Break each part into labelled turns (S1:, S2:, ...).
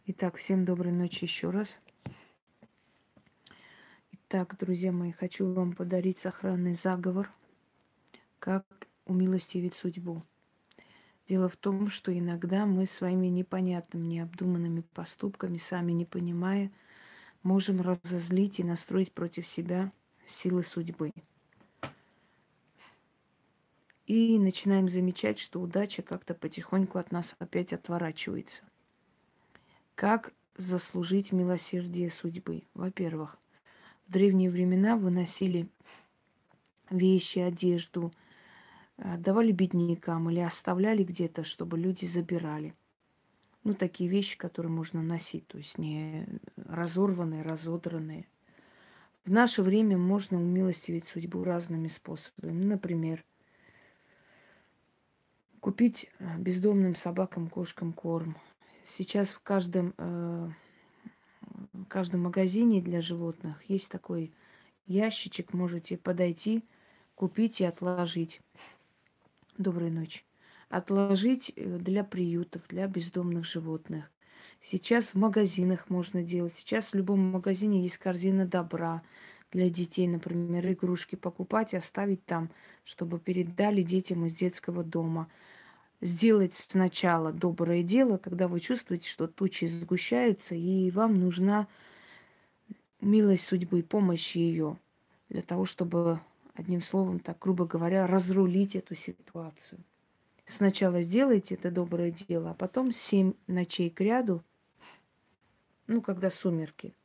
S1: Итак, всем доброй ночи еще раз. Итак, друзья мои, хочу вам подарить сохранный заговор, как умилостивить судьбу. Дело в том, что иногда мы своими непонятными, необдуманными поступками, сами не понимая, можем разозлить и настроить против себя силы судьбы. И начинаем замечать, что удача как-то потихоньку от нас опять отворачивается. Как заслужить милосердие судьбы? Во-первых, в древние времена выносили вещи, одежду, отдавали беднякам или оставляли где-то, чтобы люди забирали. Ну, такие вещи, которые можно носить, то есть не разорванные, разодранные. В наше время можно умилостивить судьбу разными способами. Например, купить бездомным собакам, кошкам корм. Сейчас в каждом магазине для животных есть такой ящичек, можете подойти, купить и отложить. Доброй ночи. Отложить для приютов, для бездомных животных. Сейчас в магазинах можно делать. Сейчас в любом магазине есть корзина добра для детей, например, игрушки покупать, оставить там, чтобы передали детям из детского дома. Сделать сначала доброе дело, когда вы чувствуете, что тучи сгущаются, и вам нужна милость судьбы, помощь ее, для того, чтобы, одним словом, так грубо говоря, разрулить эту ситуацию. Сначала сделайте это доброе дело, а потом 7 ночей кряду, ну, когда сумерки,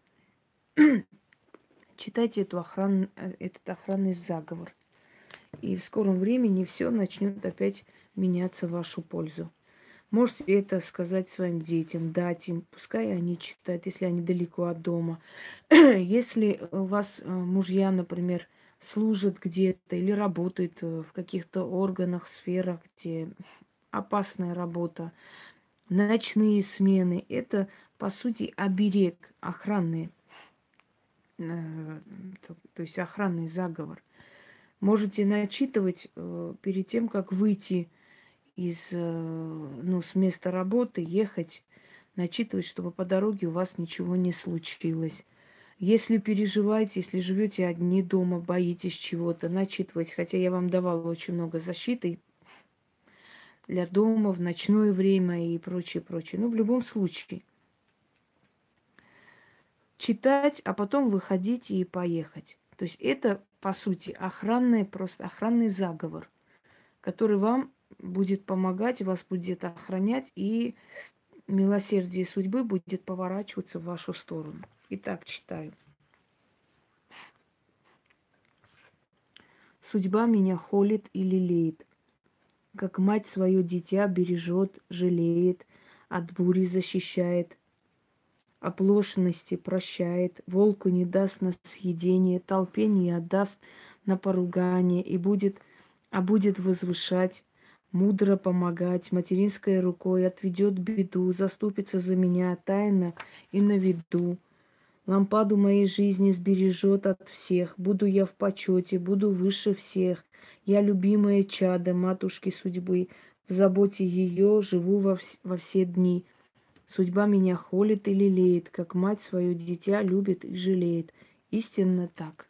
S1: читайте этот охранный заговор. И в скором времени все начнет опять меняться в вашу пользу. Можете это сказать своим детям, дать им, пускай они читают, если они далеко от дома. Если у вас мужья, например, служат где-то или работают в каких-то органах, сферах, где опасная работа, ночные смены, это, по сути, оберег охранный, то есть охранный заговор. Можете начитывать перед тем, как выйти с места работы, ехать, начитывать, чтобы по дороге у вас ничего не случилось. Если переживаете, если живете одни дома, боитесь чего-то, начитывать. Хотя я вам давала очень много защиты для дома в ночное время и прочее, прочее. Но в любом случае, читать, а потом выходить и поехать. То есть это, по сути, просто охранный заговор, который вам будет помогать, вас будет охранять, и милосердие судьбы будет поворачиваться в вашу сторону. Итак, читаю. Судьба меня холит и лелеет, как мать свое дитя бережет, жалеет, от бури защищает, оплошности прощает, волку не даст на съедение, толпе не отдаст на поругание, будет возвышать, мудро помогать, материнской рукой отведет беду, заступится за меня тайно и на виду. Лампаду моей жизни сбережет от всех, буду я в почете, буду выше всех. Я любимое чадо матушки судьбы, в заботе ее живу во все дни. Судьба меня холит и лелеет, как мать свое дитя любит и жалеет. Истинно так.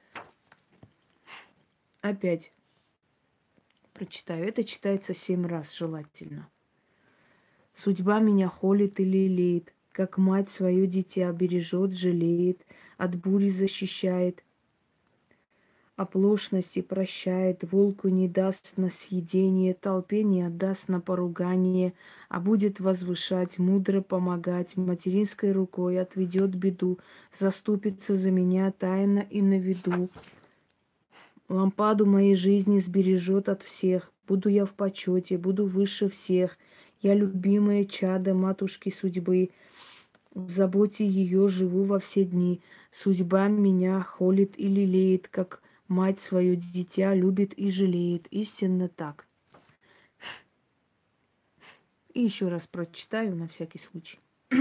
S1: Опять прочитаю. Это читается 7 раз желательно. Судьба меня холит и лелеет, как мать свое дитя бережет, жалеет, от бури защищает, оплошности прощает, волку не даст на съедение, толпе не отдаст на поругание, а будет возвышать, мудро помогать, материнской рукой отведет беду, заступится за меня тайно и на виду. Лампаду моей жизни сбережет от всех, буду я в почете, буду выше всех. Я любимое чадо матушки судьбы, в заботе ее живу во все дни. Судьба меня холит и лелеет, как мать свое дитя любит и жалеет. Истинно так. И еще раз прочитаю на всякий случай.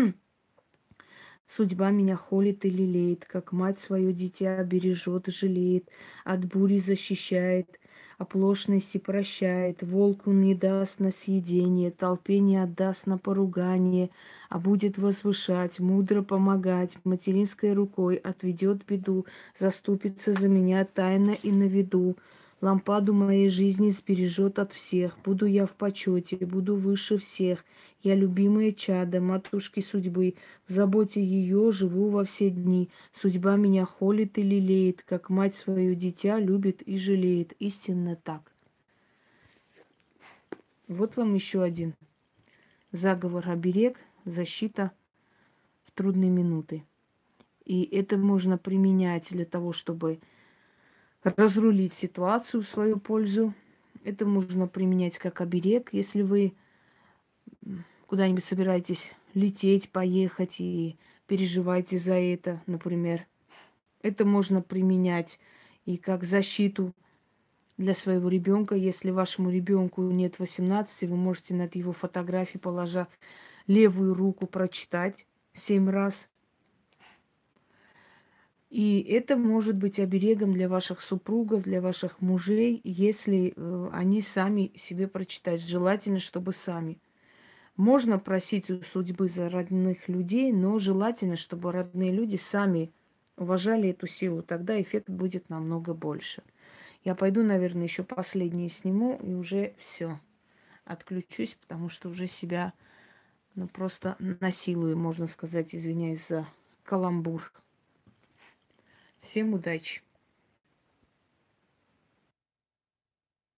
S1: Судьба меня холит и лелеет, как мать свое дитя бережет, жалеет, от бури защищает, оплошности прощает, волку не даст на съедение, толпе не отдаст на поругание, а будет возвышать, мудро помогать, материнской рукой отведет беду, заступится за меня тайно и на виду. Лампаду моей жизни сбережет от всех. Буду я в почете, буду выше всех. Я любимое чадо матушки судьбы. В заботе ее живу во все дни. Судьба меня холит и лелеет, как мать свое дитя любит и жалеет. Истинно так. Вот вам еще один заговор-оберег, защита в трудные минуты. И это можно применять для того, чтобы разрулить ситуацию в свою пользу. Это можно применять как оберег, если вы куда-нибудь собираетесь лететь, поехать и переживаете за это, например. Это можно применять и как защиту для своего ребенка. Если вашему ребенку нет 18, вы можете над его фотографией, положа левую руку, прочитать 7 раз. И это может быть оберегом для ваших супругов, для ваших мужей, если они сами себе прочитают. Желательно, чтобы сами. Можно просить у судьбы за родных людей, но желательно, чтобы родные люди сами уважали эту силу. Тогда эффект будет намного больше. Я пойду, наверное, еще последнее сниму и уже все. Отключусь, потому что уже себя просто насилую, можно сказать, извиняюсь за каламбур. Всем удачи!